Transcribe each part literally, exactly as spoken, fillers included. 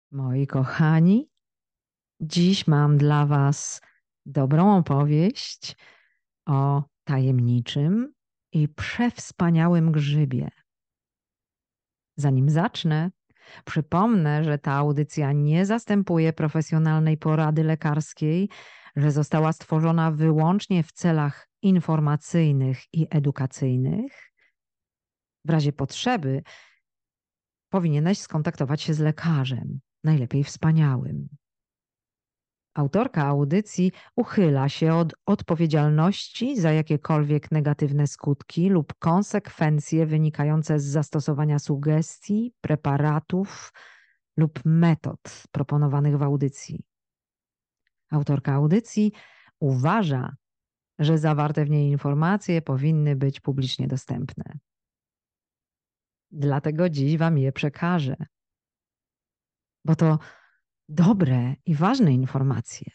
Moi kochani, dziś mam dla Was dobrą opowieść o tajemniczym i przewspaniałym grzybie. Zanim zacznę, przypomnę, że ta audycja nie zastępuje profesjonalnej porady lekarskiej, że została stworzona wyłącznie w celach informacyjnych i edukacyjnych. W razie potrzeby powinieneś skontaktować się z lekarzem, najlepiej wspaniałym. Autorka audycji uchyla się od odpowiedzialności za jakiekolwiek negatywne skutki lub konsekwencje wynikające z zastosowania sugestii, preparatów lub metod proponowanych w audycji. Autorka audycji uważa, że zawarte w niej informacje powinny być publicznie dostępne. Dlatego dziś Wam je przekażę, bo to dobre i ważne informacje.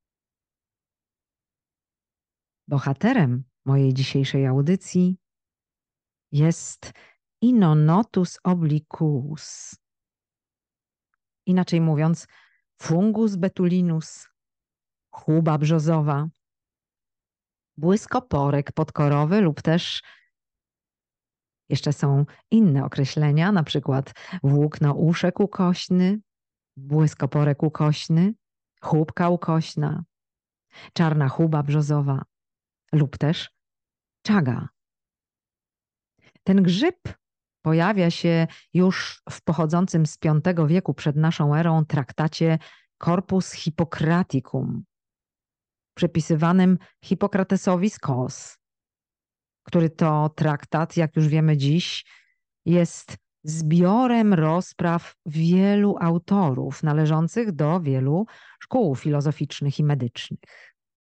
Bohaterem mojej dzisiejszej audycji jest Inonotus obliquus. Inaczej mówiąc, fungus betulinus, chuba brzozowa, błyskoporek podkorowy lub też jeszcze są inne określenia, na przykład włóknouszek ukośny, błyskoporek ukośny, chubka ukośna, czarna chuba brzozowa lub też czaga. Ten grzyb pojawia się już w pochodzącym z piątego wieku przed naszą erą traktacie Corpus Hippocraticum, przypisywanym Hippokratesowi z Kos, który to traktat, jak już wiemy dziś, jest zbiorem rozpraw wielu autorów należących do wielu szkół filozoficznych i medycznych.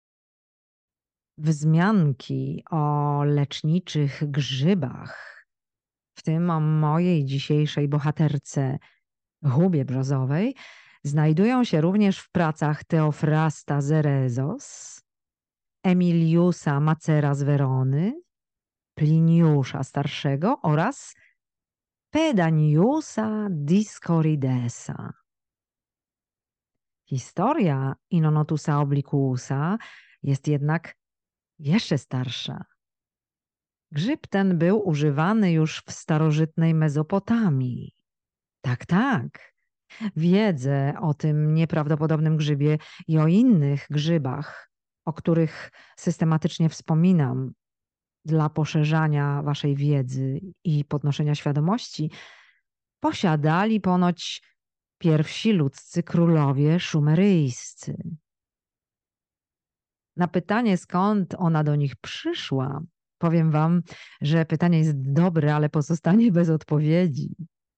Wzmianki o leczniczych grzybach, w tym o mojej dzisiejszej bohaterce chubie brzozowej, znajdują się również w pracach Teofrasta Zerezos, Emiliusa Macera z Werony, Pliniusza Starszego oraz Pedaniusa Discoridesa. Historia Inonotusa obliquusa jest jednak jeszcze starsza. Grzyb ten był używany już w starożytnej Mezopotamii. Tak, tak. Wiedzę o tym nieprawdopodobnym grzybie i o innych grzybach, o których systematycznie wspominam dla poszerzania waszej wiedzy i podnoszenia świadomości, posiadali ponoć pierwsi ludzcy królowie szumeryjscy. Na pytanie, skąd ona do nich przyszła, powiem wam, że pytanie jest dobre, ale pozostanie bez odpowiedzi.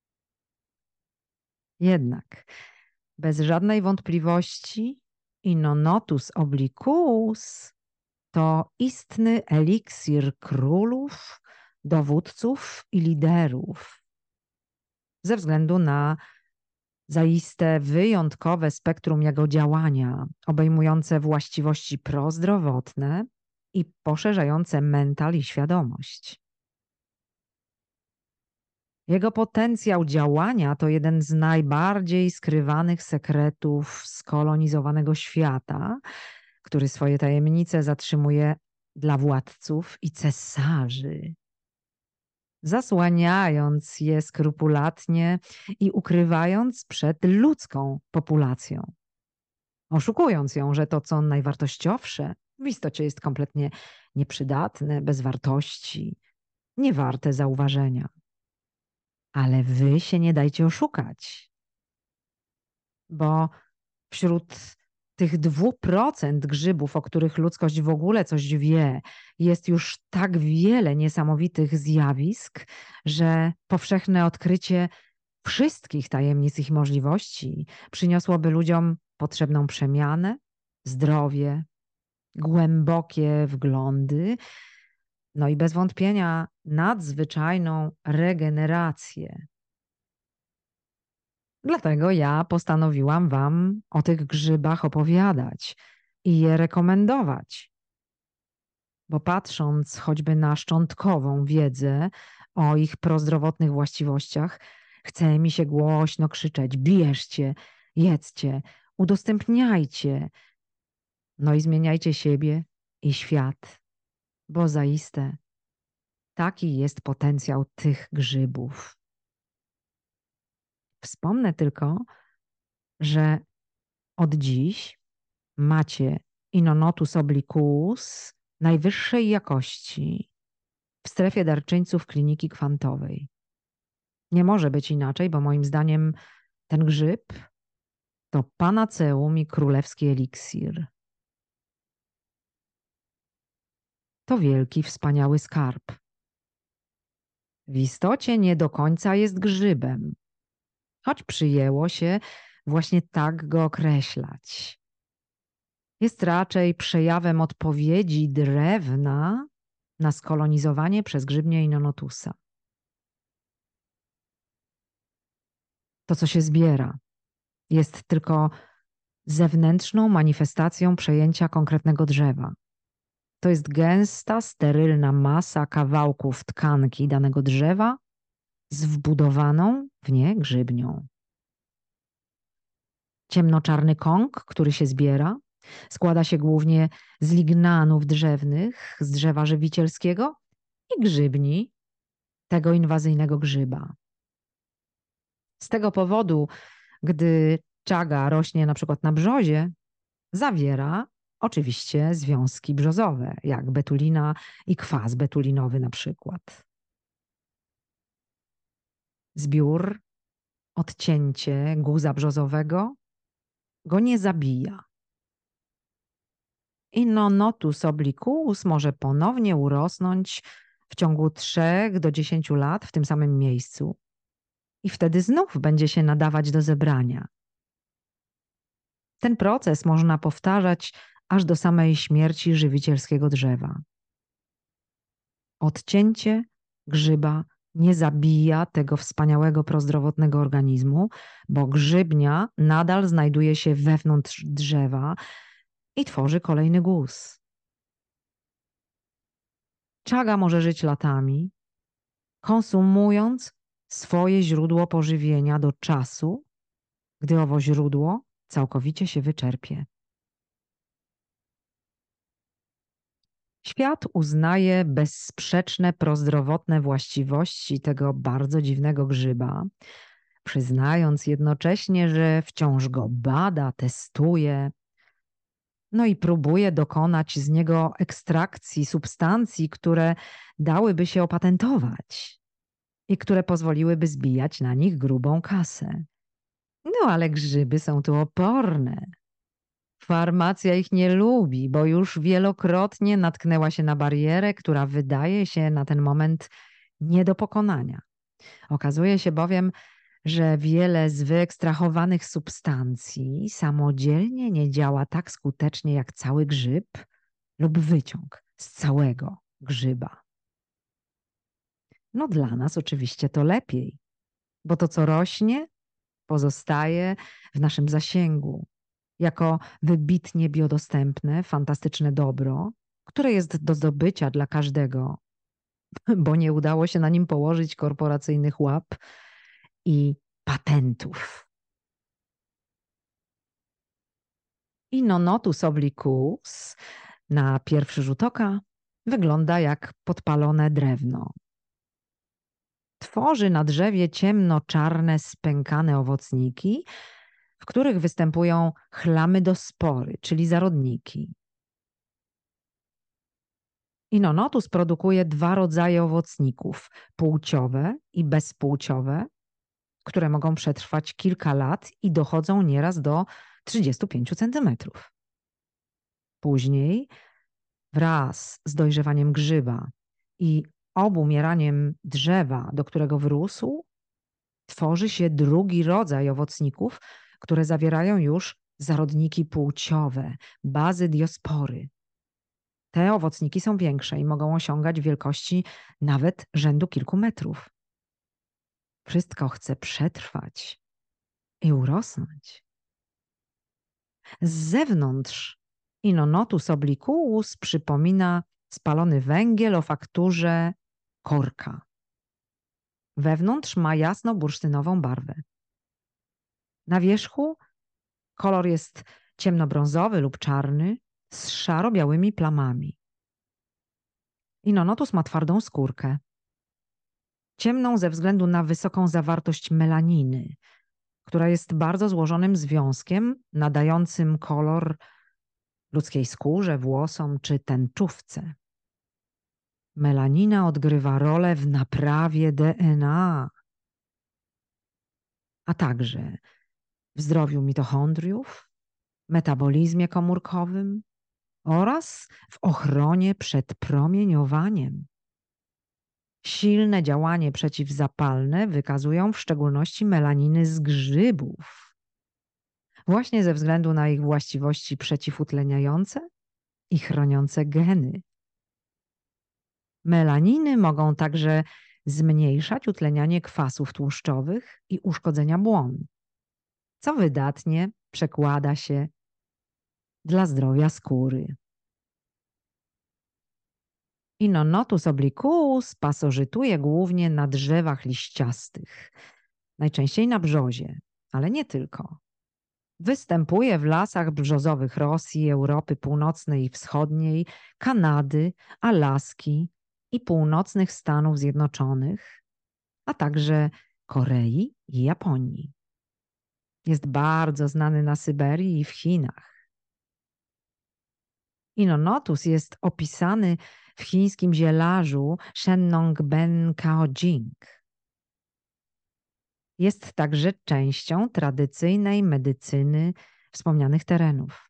Jednak bez żadnej wątpliwości Inonotus obliquus to istny eliksir królów, dowódców i liderów. Ze względu na zaiste wyjątkowe spektrum jego działania, obejmujące właściwości prozdrowotne i poszerzające mental i świadomość. Jego potencjał działania to jeden z najbardziej skrywanych sekretów skolonizowanego świata, który swoje tajemnice zatrzymuje dla władców i cesarzy, zasłaniając je skrupulatnie i ukrywając przed ludzką populacją, oszukując ją, że to, co najwartościowsze, w istocie jest kompletnie nieprzydatne, bez wartości, niewarte zauważenia. Ale wy się nie dajcie oszukać, bo wśród tych dwóch procent grzybów, o których ludzkość w ogóle coś wie, jest już tak wiele niesamowitych zjawisk, że powszechne odkrycie wszystkich tajemnic ich możliwości przyniosłoby ludziom potrzebną przemianę, zdrowie, głębokie wglądy, no i bez wątpienia nadzwyczajną regenerację. Dlatego ja postanowiłam wam o tych grzybach opowiadać i je rekomendować. Bo patrząc choćby na szczątkową wiedzę o ich prozdrowotnych właściwościach, chce mi się głośno krzyczeć: bierzcie, Jedzcie, udostępniajcie, no i zmieniajcie siebie i świat, bo zaiste taki jest potencjał tych grzybów. Wspomnę tylko, że od dziś macie Inonotus obliquus najwyższej jakości w strefie darczyńców kliniki kwantowej. Nie może być inaczej, bo moim zdaniem ten grzyb to panaceum i królewski eliksir. To wielki, wspaniały skarb. W istocie nie do końca jest grzybem, choć przyjęło się właśnie tak go określać. Jest raczej przejawem odpowiedzi drewna na skolonizowanie przez grzybnię Inonotusa. To, co się zbiera, jest tylko zewnętrzną manifestacją przejęcia konkretnego drzewa. To jest gęsta, sterylna masa kawałków tkanki danego drzewa z wbudowaną w nie grzybnią. Ciemnoczarny kąk, który się zbiera, składa się głównie z lignanów drzewnych z drzewa żywicielskiego i grzybni tego inwazyjnego grzyba. Z tego powodu, gdy czaga rośnie na przykład na brzozie, zawiera oczywiście związki brzozowe, jak betulina i kwas betulinowy na przykład. Zbiór, odcięcie guza brzozowego go nie zabija. Inonotus obliquus może ponownie urosnąć w ciągu trzech do dziesięciu lat w tym samym miejscu i wtedy znów będzie się nadawać do zebrania. Ten proces można powtarzać aż do samej śmierci żywicielskiego drzewa. Odcięcie grzyba nie zabija tego wspaniałego prozdrowotnego organizmu, bo grzybnia nadal znajduje się wewnątrz drzewa i tworzy kolejny guz. Czaga może żyć latami, konsumując swoje źródło pożywienia do czasu, gdy owo źródło całkowicie się wyczerpie. Świat uznaje bezsprzeczne prozdrowotne właściwości tego bardzo dziwnego grzyba, przyznając jednocześnie, że wciąż go bada, testuje, no i próbuje dokonać z niego ekstrakcji substancji, które dałyby się opatentować i które pozwoliłyby zbijać na nich grubą kasę. No ale grzyby są tu oporne. Farmacja ich nie lubi, bo już wielokrotnie natknęła się na barierę, która wydaje się na ten moment nie do pokonania. Okazuje się bowiem, że wiele z wyekstrahowanych substancji samodzielnie nie działa tak skutecznie jak cały grzyb lub wyciąg z całego grzyba. No dla nas oczywiście to lepiej, bo to, co rośnie, pozostaje w naszym zasięgu jako wybitnie biodostępne, fantastyczne dobro, które jest do zdobycia dla każdego, bo nie udało się na nim położyć korporacyjnych łap i patentów. Inonotus obliquus na pierwszy rzut oka wygląda jak podpalone drewno. Tworzy na drzewie ciemno-czarne, spękane owocniki, w których występują chlamydospory, czyli zarodniki. Inonotus produkuje dwa rodzaje owocników, płciowe i bezpłciowe, które mogą przetrwać kilka lat i dochodzą nieraz do trzydziestu pięciu centymetrów. Później, wraz z dojrzewaniem grzyba i obumieraniem drzewa, do którego wyrósł, tworzy się drugi rodzaj owocników, które zawierają już zarodniki płciowe, bazydiospory. Te owocniki są większe i mogą osiągać wielkości nawet rzędu kilku metrów. Wszystko chce przetrwać i urosnąć. Z zewnątrz Inonotus obliquus przypomina spalony węgiel o fakturze korka. Wewnątrz ma jasno-bursztynową barwę. Na wierzchu Kolor jest ciemnobrązowy lub czarny z szaro-białymi plamami. Inonotus ma twardą skórkę. Ciemną ze względu na wysoką zawartość melaniny, która jest bardzo złożonym związkiem nadającym kolor ludzkiej skórze, włosom czy tęczówce. Melanina odgrywa rolę w naprawie D N A, a także w zdrowiu mitochondriów, metabolizmie komórkowym oraz w ochronie przed promieniowaniem. Silne działanie przeciwzapalne wykazują w szczególności melaniny z grzybów, właśnie ze względu na ich właściwości przeciwutleniające i chroniące geny. Melaniny mogą także zmniejszać utlenianie kwasów tłuszczowych i uszkodzenia błon, co wydatnie przekłada się dla zdrowia skóry. Inonotus obliquus pasożytuje głównie na drzewach liściastych, najczęściej na brzozie, ale nie tylko. Występuje w lasach brzozowych Rosji, Europy Północnej i Wschodniej, Kanady, Alaski i północnych Stanów Zjednoczonych, a także Korei i Japonii. Jest bardzo znany na Syberii i w Chinach. Inonotus jest opisany w chińskim zielarzu Shennong-ben Cao-jing. Jest także częścią tradycyjnej medycyny wspomnianych terenów.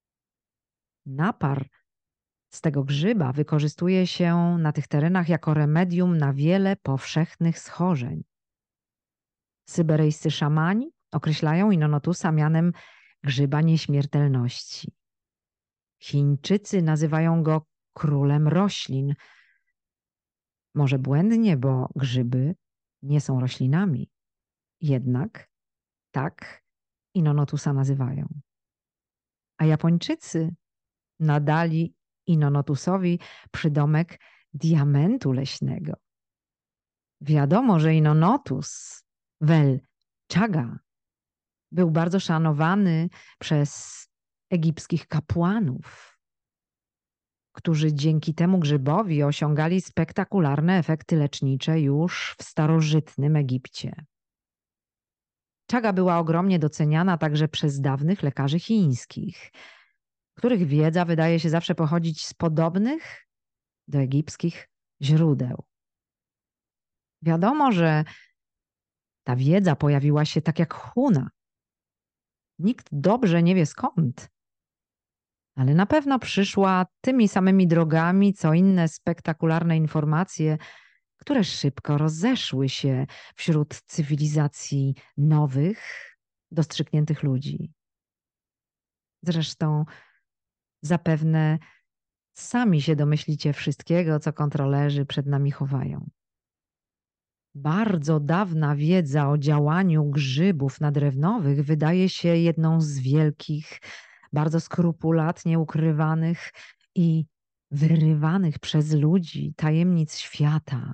Napar z tego grzyba wykorzystuje się na tych terenach jako remedium na wiele powszechnych schorzeń. Syberyjscy szamani określają Inonotusa mianem grzyba nieśmiertelności. Chińczycy nazywają go królem roślin. Może błędnie, bo grzyby nie są roślinami. Jednak tak Inonotusa nazywają. A Japończycy nadali Inonotusowi przydomek diamentu leśnego. Wiadomo, że Inonotus wel Chaga był bardzo szanowany przez egipskich kapłanów, którzy dzięki temu grzybowi osiągali spektakularne efekty lecznicze już w starożytnym Egipcie. Chaga była ogromnie doceniana także przez dawnych lekarzy chińskich, których wiedza wydaje się zawsze pochodzić z podobnych do egipskich źródeł. Wiadomo, że ta wiedza pojawiła się tak jak Huna. Nikt dobrze nie wie skąd, ale na pewno przyszła tymi samymi drogami, co inne spektakularne informacje, które szybko rozeszły się wśród cywilizacji nowych, dostrzykniętych ludzi. Zresztą zapewne sami się domyślicie wszystkiego, co kontrolerzy przed nami chowają. Bardzo dawna wiedza o działaniu grzybów nadrewnowych wydaje się jedną z wielkich, bardzo skrupulatnie ukrywanych i wyrywanych przez ludzi tajemnic świata.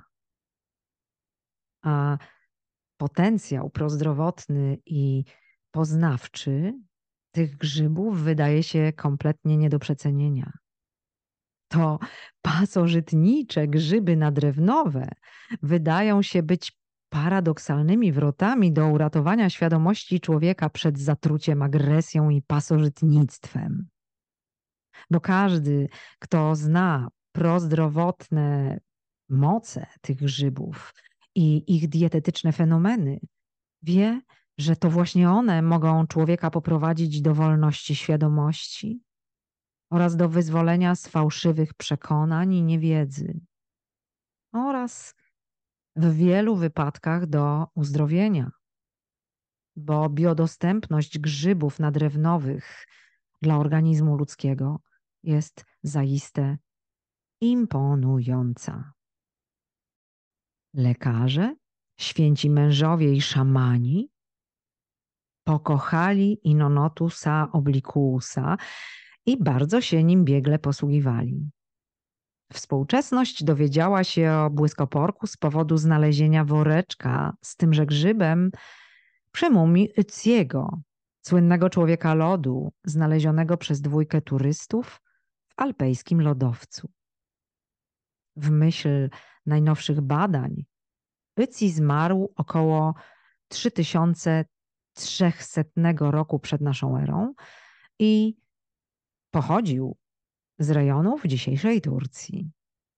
A potencjał prozdrowotny i poznawczy tych grzybów wydaje się kompletnie nie do przecenienia. To pasożytnicze grzyby nadrewnowe wydają się być paradoksalnymi wrotami do uratowania świadomości człowieka przed zatruciem, agresją i pasożytnictwem. Bo każdy, kto zna prozdrowotne moce tych grzybów i ich dietetyczne fenomeny, wie, że to właśnie one mogą człowieka poprowadzić do wolności świadomości oraz do wyzwolenia z fałszywych przekonań i niewiedzy oraz w wielu wypadkach do uzdrowienia, bo biodostępność grzybów nadrewnowych dla organizmu ludzkiego jest zaiste imponująca. Lekarze, święci mężowie i szamani pokochali Inonotusa obliquusa i bardzo się nim biegle posługiwali. Współczesność dowiedziała się o błyskoporku z powodu znalezienia woreczka z tymże grzybem przy mumii Ötziego słynnego człowieka lodu, znalezionego przez dwójkę turystów w alpejskim lodowcu. W myśl najnowszych badań Ötzi zmarł około trzy tysiące trzysta roku przed naszą erą i pochodził z rejonów dzisiejszej Turcji.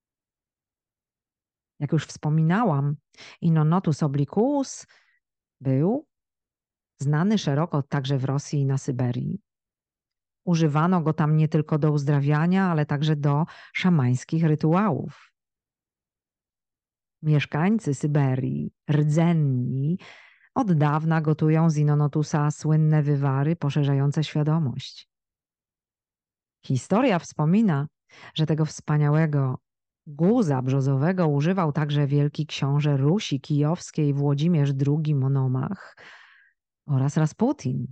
Jak już wspominałam, Inonotus obliquus był znany szeroko także w Rosji i na Syberii. Używano go tam nie tylko do uzdrawiania, ale także do szamańskich rytuałów. Mieszkańcy Syberii, rdzenni, od dawna gotują z Inonotusa słynne wywary poszerzające świadomość. Historia wspomina, że tego wspaniałego guza brzozowego używał także wielki książę Rusi Kijowskiej Włodzimierz drugi Monomach oraz Rasputin.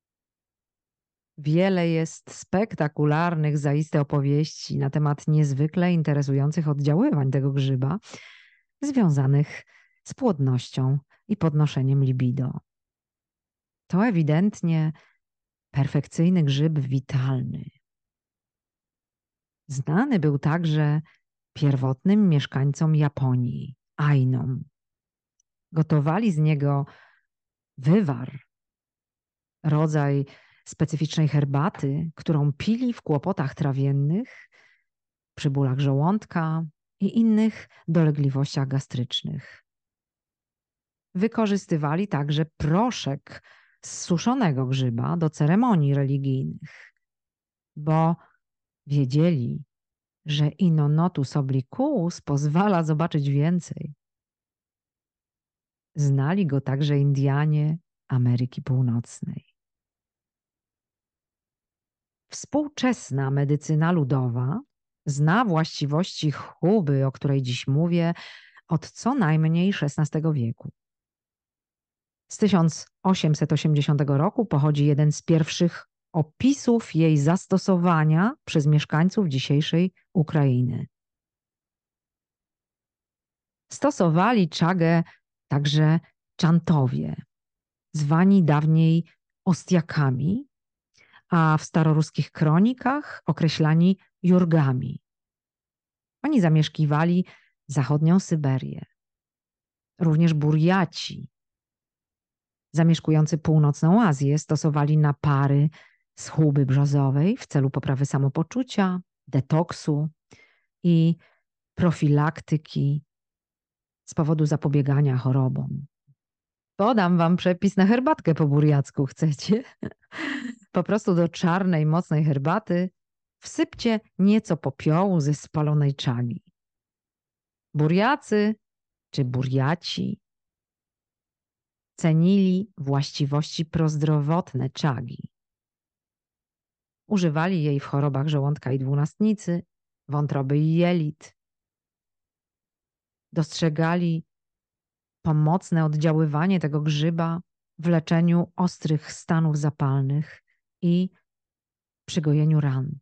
Wiele jest spektakularnych zaiste opowieści na temat niezwykle interesujących oddziaływań tego grzyba, związanych z płodnością i podnoszeniem libido. To ewidentnie perfekcyjny grzyb witalny. Znany był także pierwotnym mieszkańcom Japonii, Ainom. Gotowali z niego wywar, rodzaj specyficznej herbaty, którą pili w kłopotach trawiennych, przy bólach żołądka i innych dolegliwościach gastrycznych. Wykorzystywali także proszek z suszonego grzyba do ceremonii religijnych, bo wiedzieli, że Inonotus obliquus pozwala zobaczyć więcej. Znali go także Indianie Ameryki Północnej. Współczesna medycyna ludowa zna właściwości chuby, o której dziś mówię, od co najmniej szesnastego wieku. Z tysiąc osiemset osiemdziesiątego roku pochodzi jeden z pierwszych opisów jej zastosowania przez mieszkańców dzisiejszej Ukrainy. Stosowali czagę także Czantowie, zwani dawniej Ostiakami, a w staroruskich kronikach określani Jurgami. Oni zamieszkiwali zachodnią Syberię. Również Burjaci, zamieszkujący północną Azję, stosowali napary z chuby brzozowej w celu poprawy samopoczucia, detoksu i profilaktyki z powodu zapobiegania chorobom. Podam wam przepis na herbatkę po burjacku, chcecie? Po prostu do czarnej, mocnej herbaty wsypcie nieco popiołu ze spalonej czagi. Burjacy czy burjaci cenili właściwości prozdrowotne czagi. Używali jej w chorobach żołądka i dwunastnicy, wątroby i jelit. Dostrzegali pomocne oddziaływanie tego grzyba w leczeniu ostrych stanów zapalnych i przy gojeniu ran.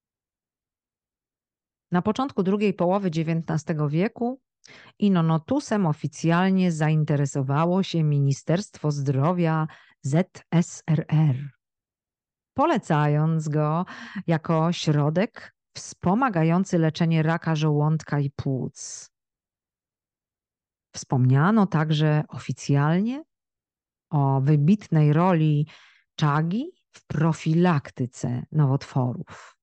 Na początku drugiej połowy dziewiętnastego wieku Inonotusem oficjalnie zainteresowało się Ministerstwo Zdrowia Z S R R, polecając go jako środek wspomagający leczenie raka żołądka i płuc. Wspomniano także oficjalnie o wybitnej roli czagi w profilaktyce nowotworów.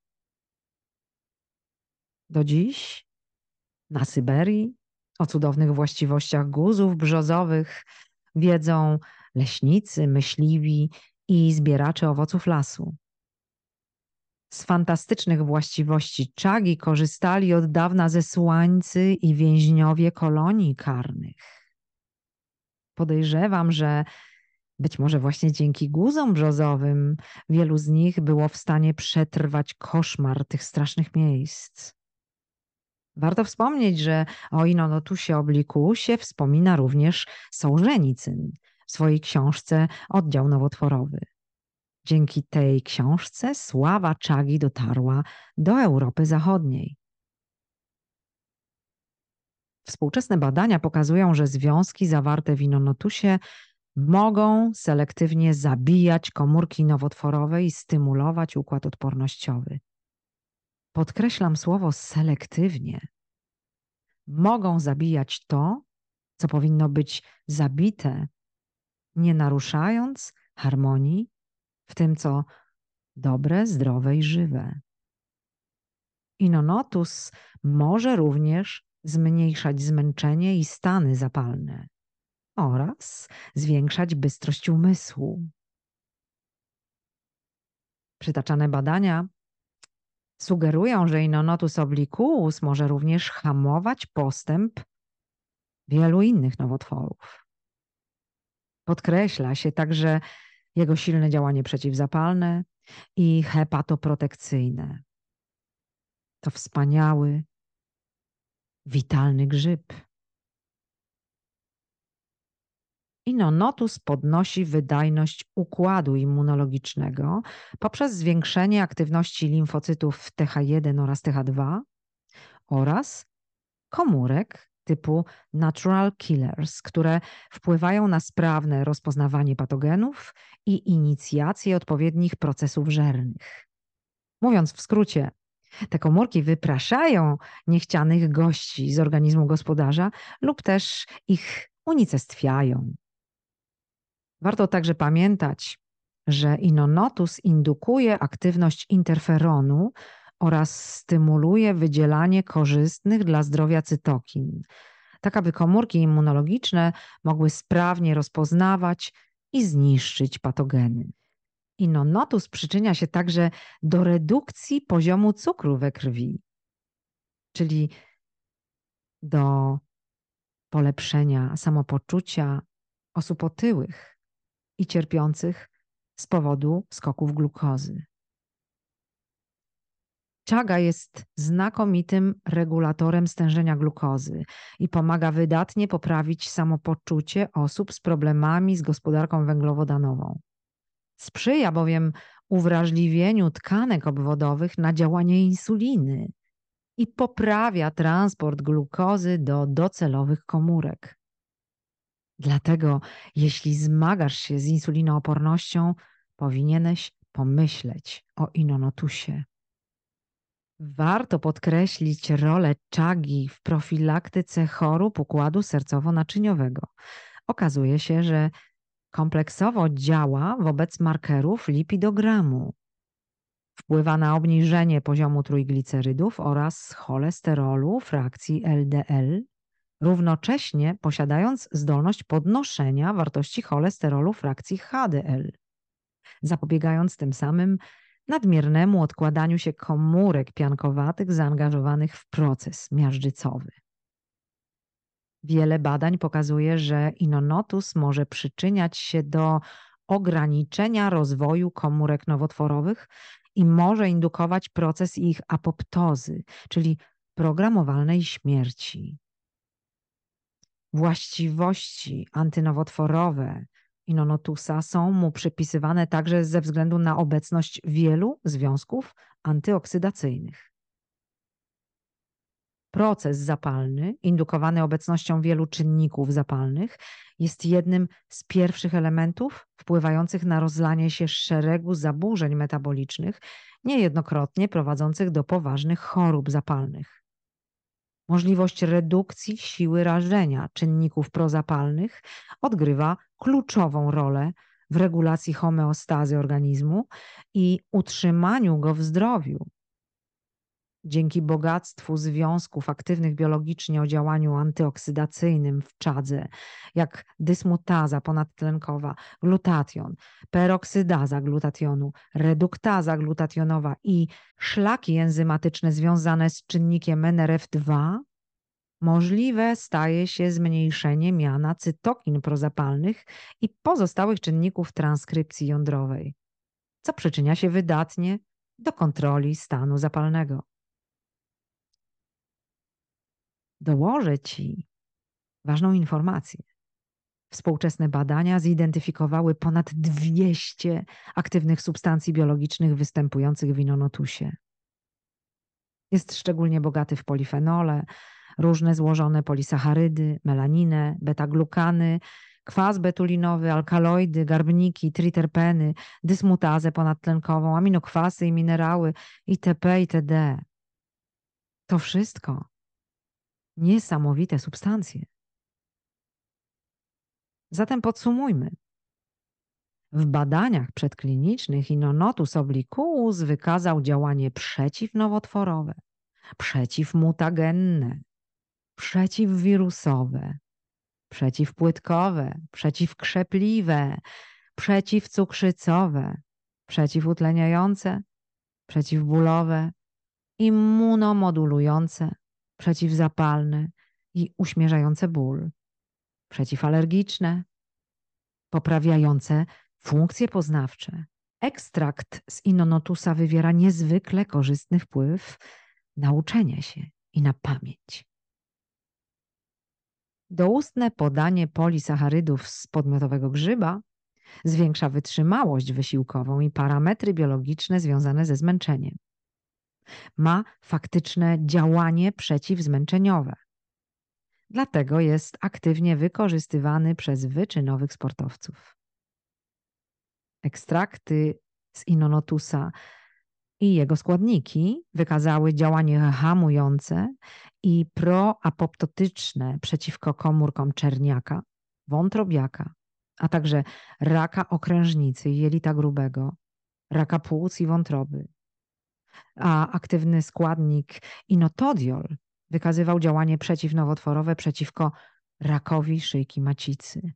Do dziś na Syberii o cudownych właściwościach guzów brzozowych wiedzą leśnicy, myśliwi i zbieracze owoców lasu. Z fantastycznych właściwości czagi korzystali od dawna zesłańcy i więźniowie kolonii karnych. Podejrzewam, że być może właśnie dzięki guzom brzozowym wielu z nich było w stanie przetrwać koszmar tych strasznych miejsc. Warto wspomnieć, że o Inonotusie obliquusie wspomina również Sołżenicyn w swojej książce Oddział nowotworowy. Dzięki tej książce sława czagi dotarła do Europy Zachodniej. Współczesne badania pokazują, że związki zawarte w Inonotusie mogą selektywnie zabijać komórki nowotworowe i stymulować układ odpornościowy. Podkreślam słowo selektywnie. Mogą zabijać to, co powinno być zabite, nie naruszając harmonii w tym, co dobre, zdrowe i żywe. Inonotus może również zmniejszać zmęczenie i stany zapalne oraz zwiększać bystrość umysłu. Przytaczane badania sugerują, że Inonotus obliquus może również hamować postęp wielu innych nowotworów. Podkreśla się także jego silne działanie przeciwzapalne i hepatoprotekcyjne. To wspaniały, witalny grzyb. Inonotus podnosi wydajność układu immunologicznego poprzez zwiększenie aktywności limfocytów T H jeden oraz T H dwa oraz komórek typu natural killers, które wpływają na sprawne rozpoznawanie patogenów i inicjację odpowiednich procesów żernych. Mówiąc w skrócie, te komórki wypraszają niechcianych gości z organizmu gospodarza lub też ich unicestwiają. Warto także pamiętać, że Inonotus indukuje aktywność interferonu oraz stymuluje wydzielanie korzystnych dla zdrowia cytokin, tak aby komórki immunologiczne mogły sprawnie rozpoznawać i zniszczyć patogeny. Inonotus przyczynia się także do redukcji poziomu cukru we krwi, czyli do polepszenia samopoczucia osób otyłych i cierpiących z powodu skoków glukozy. Chaga jest znakomitym regulatorem stężenia glukozy i pomaga wydatnie poprawić samopoczucie osób z problemami z gospodarką węglowodanową. Sprzyja bowiem uwrażliwieniu tkanek obwodowych na działanie insuliny i poprawia transport glukozy do docelowych komórek. Dlatego, jeśli zmagasz się z insulinoopornością, powinieneś pomyśleć o Inonotusie. Warto podkreślić rolę chagi w profilaktyce chorób układu sercowo-naczyniowego. Okazuje się, że kompleksowo działa wobec markerów lipidogramu. Wpływa na obniżenie poziomu trójglicerydów oraz cholesterolu frakcji L D L, równocześnie posiadając zdolność podnoszenia wartości cholesterolu frakcji H D L, zapobiegając tym samym nadmiernemu odkładaniu się komórek piankowatych zaangażowanych w proces miażdżycowy. Wiele badań pokazuje, że Inonotus może przyczyniać się do ograniczenia rozwoju komórek nowotworowych i może indukować proces ich apoptozy, czyli programowalnej śmierci. Właściwości antynowotworowe Inonotusa są mu przypisywane także ze względu na obecność wielu związków antyoksydacyjnych. Proces zapalny, indukowany obecnością wielu czynników zapalnych, jest jednym z pierwszych elementów wpływających na rozlanie się szeregu zaburzeń metabolicznych, niejednokrotnie prowadzących do poważnych chorób zapalnych. Możliwość redukcji siły rażenia czynników prozapalnych odgrywa kluczową rolę w regulacji homeostazy organizmu i utrzymaniu go w zdrowiu. Dzięki bogactwu związków aktywnych biologicznie o działaniu antyoksydacyjnym w chadze, jak dysmutaza ponadtlenkowa, glutation, peroksydaza glutationu, reduktaza glutationowa i szlaki enzymatyczne związane z czynnikiem N R F dwa, możliwe staje się zmniejszenie miana cytokin prozapalnych i pozostałych czynników transkrypcji jądrowej, co przyczynia się wydatnie do kontroli stanu zapalnego. Dołożę Ci ważną informację. Współczesne badania zidentyfikowały ponad dwieście aktywnych substancji biologicznych występujących w Inonotusie. Jest szczególnie bogaty w polifenole, różne złożone polisacharydy, melaninę, beta-glukany, Kwas betulinowy, alkaloidy, garbniki, triterpeny, dysmutazę ponadtlenkową, aminokwasy i minerały itp. itd. To wszystko niesamowite substancje. Zatem podsumujmy. W badaniach przedklinicznych Inonotus obliquus wykazał działanie przeciwnowotworowe, przeciwmutagenne, przeciwwirusowe, przeciwpłytkowe, przeciwkrzepliwe, przeciwcukrzycowe, przeciwutleniające, przeciwbólowe, immunomodulujące, przeciwzapalne i uśmierzające ból, przeciwalergiczne, poprawiające funkcje poznawcze. Ekstrakt z Inonotusa wywiera niezwykle korzystny wpływ na uczenie się i na pamięć. Doustne podanie polisacharydów z podmiotowego grzyba zwiększa wytrzymałość wysiłkową i parametry biologiczne związane ze zmęczeniem. Ma faktyczne działanie przeciwzmęczeniowe. Dlatego jest aktywnie wykorzystywany przez wyczynowych sportowców. Ekstrakty z Inonotusa i jego składniki wykazały działanie hamujące i proapoptotyczne przeciwko komórkom czerniaka, wątrobiaka, a także raka okrężnicy i jelita grubego, raka płuc i wątroby. A aktywny składnik inotodiol wykazywał działanie przeciwnowotworowe przeciwko rakowi szyjki macicy.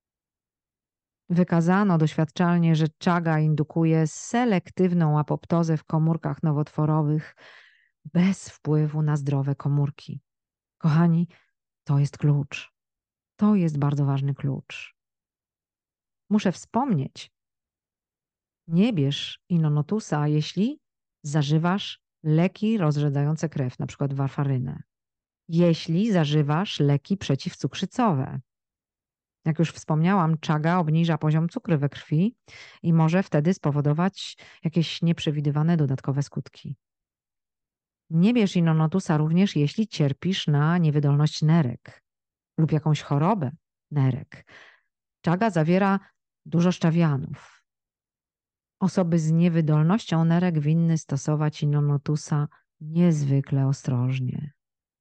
Wykazano doświadczalnie, że czaga indukuje selektywną apoptozę w komórkach nowotworowych bez wpływu na zdrowe komórki. Kochani, to jest klucz. To jest bardzo ważny klucz. Muszę wspomnieć, nie bierz Inonotusa, jeśli zażywasz leki rozrzedzające krew, np. warfarynę. Jeśli zażywasz leki przeciwcukrzycowe. Jak już wspomniałam, czaga obniża poziom cukru we krwi i może wtedy spowodować jakieś nieprzewidywane dodatkowe skutki. Nie bierz Inonotusa również, jeśli cierpisz na niewydolność nerek lub jakąś chorobę nerek. Czaga zawiera dużo szczawianów. Osoby z niewydolnością nerek winny stosować Inonotusa niezwykle ostrożnie.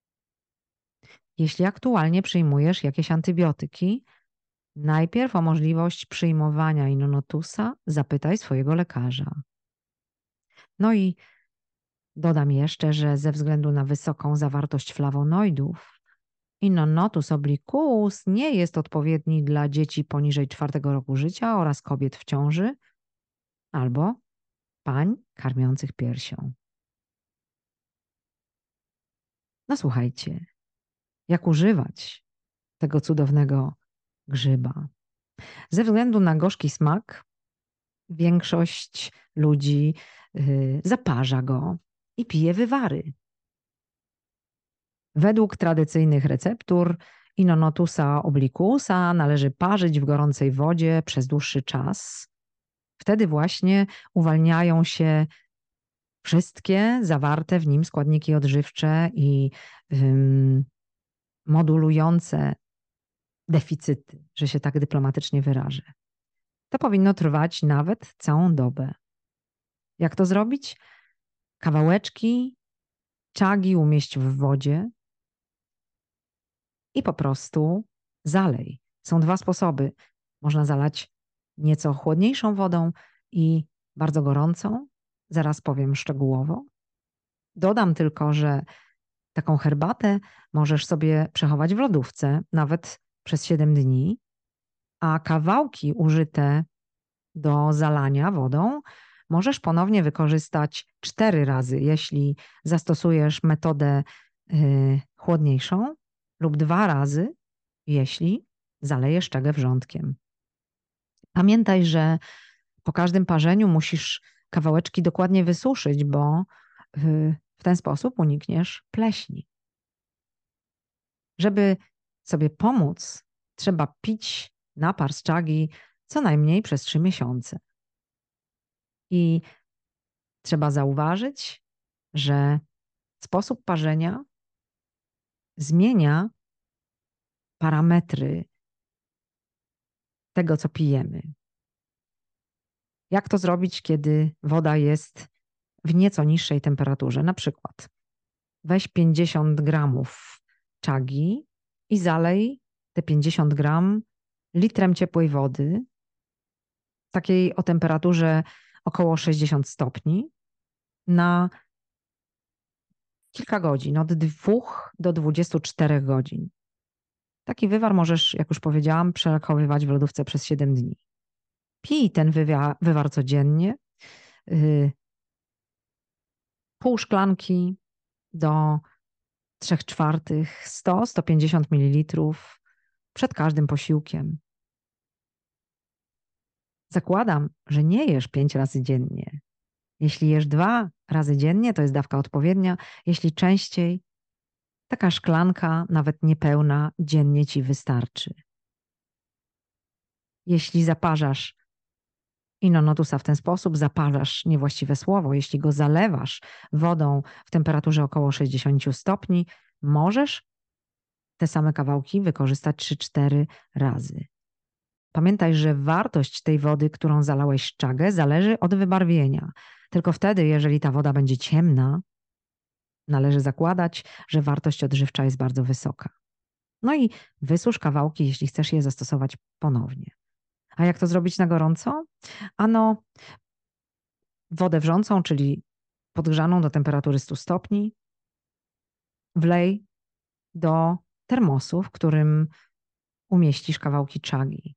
Jeśli aktualnie przyjmujesz jakieś antybiotyki, najpierw o możliwość przyjmowania Inonotusa zapytaj swojego lekarza. No i dodam jeszcze, że ze względu na wysoką zawartość flawonoidów, Inonotus obliquus nie jest odpowiedni dla dzieci poniżej czwartego roku życia oraz kobiet w ciąży albo pań karmiących piersią. No słuchajcie, jak używać tego cudownego grzyba? Ze względu na gorzki smak większość ludzi yy, zaparza go i pije wywary. Według tradycyjnych receptur Inonotusa obliquusa należy parzyć w gorącej wodzie przez dłuższy czas. Wtedy właśnie uwalniają się wszystkie zawarte w nim składniki odżywcze i ym, modulujące deficyty, że się tak dyplomatycznie wyrażę. To powinno trwać nawet całą dobę. Jak to zrobić? Kawałeczki czagi umieść w wodzie i po prostu zalej. Są dwa sposoby. Można zalać nieco chłodniejszą wodą i bardzo gorącą. Zaraz powiem szczegółowo. Dodam tylko, że taką herbatę możesz sobie przechować w lodówce nawet przez siedem dni, a kawałki użyte do zalania wodą możesz ponownie wykorzystać cztery razy, jeśli zastosujesz metodę yy, chłodniejszą, lub dwa razy, jeśli zalejesz czagę wrzątkiem. Pamiętaj, że po każdym parzeniu musisz kawałeczki dokładnie wysuszyć, bo yy, w ten sposób unikniesz pleśni. Żeby sobie pomóc, trzeba pić napar z czagi co najmniej przez trzy miesiące. I trzeba zauważyć, że sposób parzenia zmienia parametry tego, co pijemy. Jak to zrobić, kiedy woda jest w nieco niższej temperaturze? Na przykład weź pięćdziesiąt gramów czagi i zalej te pięćdziesiąt gram litrem ciepłej wody, takiej o temperaturze około sześćdziesiąt stopni, na kilka godzin, od dwóch do dwudziestu czterech godzin. Taki wywar możesz, jak już powiedziałam, przechowywać w lodówce przez siedem dni. Pij ten wywar, wywar codziennie, yy, pół szklanki do trzech czwartych, sto do stu pięćdziesięciu mililitrów przed każdym posiłkiem. Zakładam, że nie jesz pięć razy dziennie. Jeśli jesz dwa razy dziennie, to jest dawka odpowiednia. Jeśli częściej, taka szklanka, nawet niepełna, dziennie ci wystarczy. Jeśli zaparzasz Inonotusa w ten sposób, zaparzasz niewłaściwe słowo, jeśli go zalewasz wodą w temperaturze około sześćdziesięciu stopni, możesz te same kawałki wykorzystać trzy cztery razy. Pamiętaj, że wartość tej wody, którą zalałeś czagę, zależy od wybarwienia. Tylko wtedy, jeżeli ta woda będzie ciemna, należy zakładać, że wartość odżywcza jest bardzo wysoka. No i wysusz kawałki, jeśli chcesz je zastosować ponownie. A jak to zrobić na gorąco? Ano, wodę wrzącą, czyli podgrzaną do temperatury stu stopni, wlej do termosu, w którym umieścisz kawałki czagi.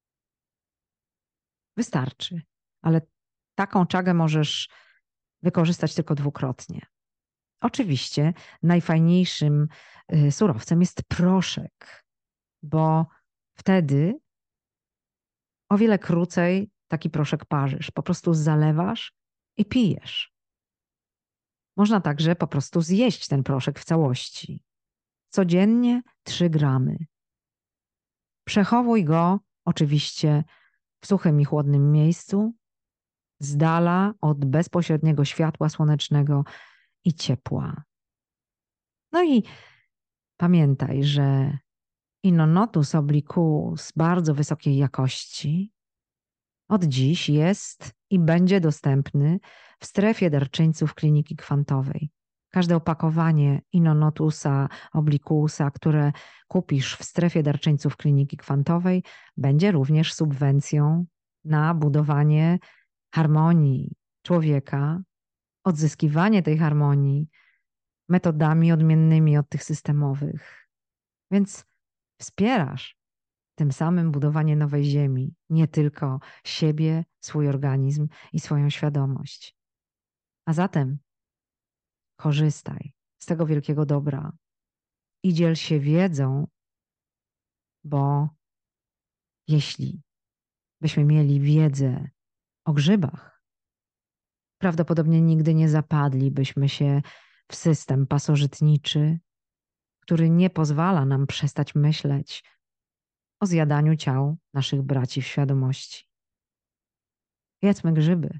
Wystarczy, ale taką czagę możesz wykorzystać tylko dwukrotnie. Oczywiście najfajniejszym surowcem jest proszek, bo wtedy o wiele krócej taki proszek parzysz. Po prostu zalewasz i pijesz. Można także po prostu zjeść ten proszek w całości. Codziennie trzy gramy. Przechowuj go oczywiście w suchym i chłodnym miejscu, z dala od bezpośredniego światła słonecznego i ciepła. No i pamiętaj, że Inonotus obliquus bardzo wysokiej jakości od dziś jest i będzie dostępny w strefie darczyńców Kliniki Kwantowej. Każde opakowanie Inonotusa obliquusa, które kupisz w strefie darczyńców Kliniki Kwantowej, będzie również subwencją na budowanie harmonii człowieka, odzyskiwanie tej harmonii metodami odmiennymi od tych systemowych. Więc wspierasz tym samym budowanie nowej ziemi, nie tylko siebie, swój organizm i swoją świadomość. A zatem korzystaj z tego wielkiego dobra i dziel się wiedzą, bo jeśli byśmy mieli wiedzę o grzybach, prawdopodobnie nigdy nie zapadlibyśmy się w system pasożytniczy, który nie pozwala nam przestać myśleć o zjadaniu ciał naszych braci w świadomości. Jedzmy grzyby.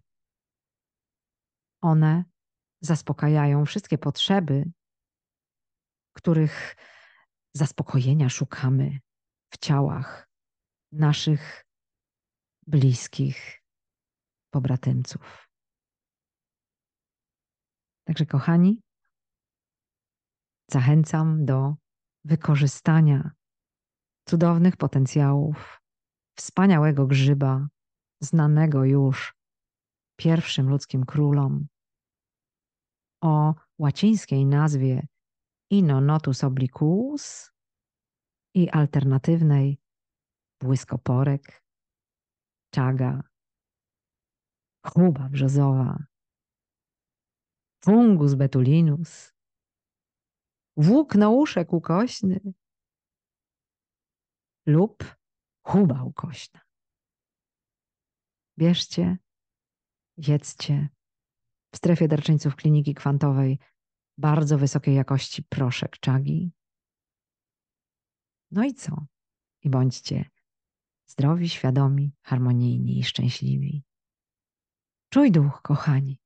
One zaspokajają wszystkie potrzeby, których zaspokojenia szukamy w ciałach naszych bliskich pobratymców. Także kochani, zachęcam do wykorzystania cudownych potencjałów wspaniałego grzyba, znanego już pierwszym ludzkim królom, o łacińskiej nazwie Inonotus obliquus i alternatywnej błyskoporek, czaga, chuba brzozowa, fungus betulinus, włóknouszek ukośny lub chuba ukośna. Bierzcie, jedzcie. W strefie darczyńców Kliniki Kwantowej bardzo wysokiej jakości proszek czagi. No i co? I bądźcie zdrowi, świadomi, harmonijni i szczęśliwi. Czuj duch, kochani.